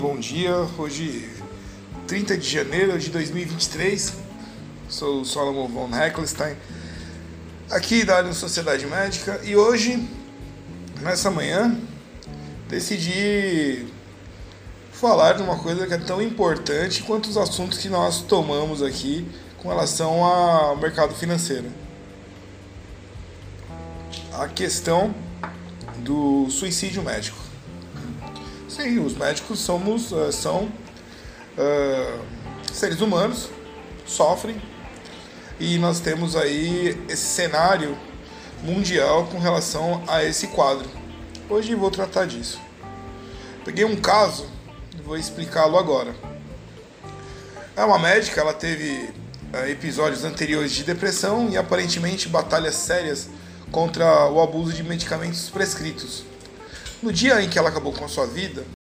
Bom dia, hoje 30 de janeiro de 2023, sou o Solomon von Heckelstein, aqui da área de Sociedade Médica, e hoje, nessa manhã, decidi falar de uma coisa que é tão importante quanto os assuntos que nós tomamos aqui com relação ao mercado financeiro. A questão do suicídio médico. Sim, os médicos são seres humanos, sofrem, e nós temos aí esse cenário mundial com relação a esse quadro. Hoje vou tratar disso. Peguei um caso e vou explicá-lo agora. É uma médica, ela teve episódios anteriores de depressão e aparentemente batalhas sérias contra o abuso de medicamentos prescritos. No dia em que ela acabou com a sua vida,